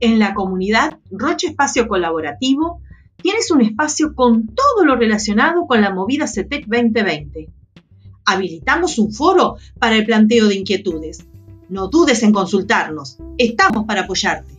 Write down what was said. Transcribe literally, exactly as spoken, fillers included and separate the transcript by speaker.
Speaker 1: En la comunidad Roche Espacio Colaborativo tienes un espacio con todo lo relacionado con la movida CETEC veinte veinte. Habilitamos un foro para el planteo de inquietudes. No dudes en consultarnos. Estamos para apoyarte.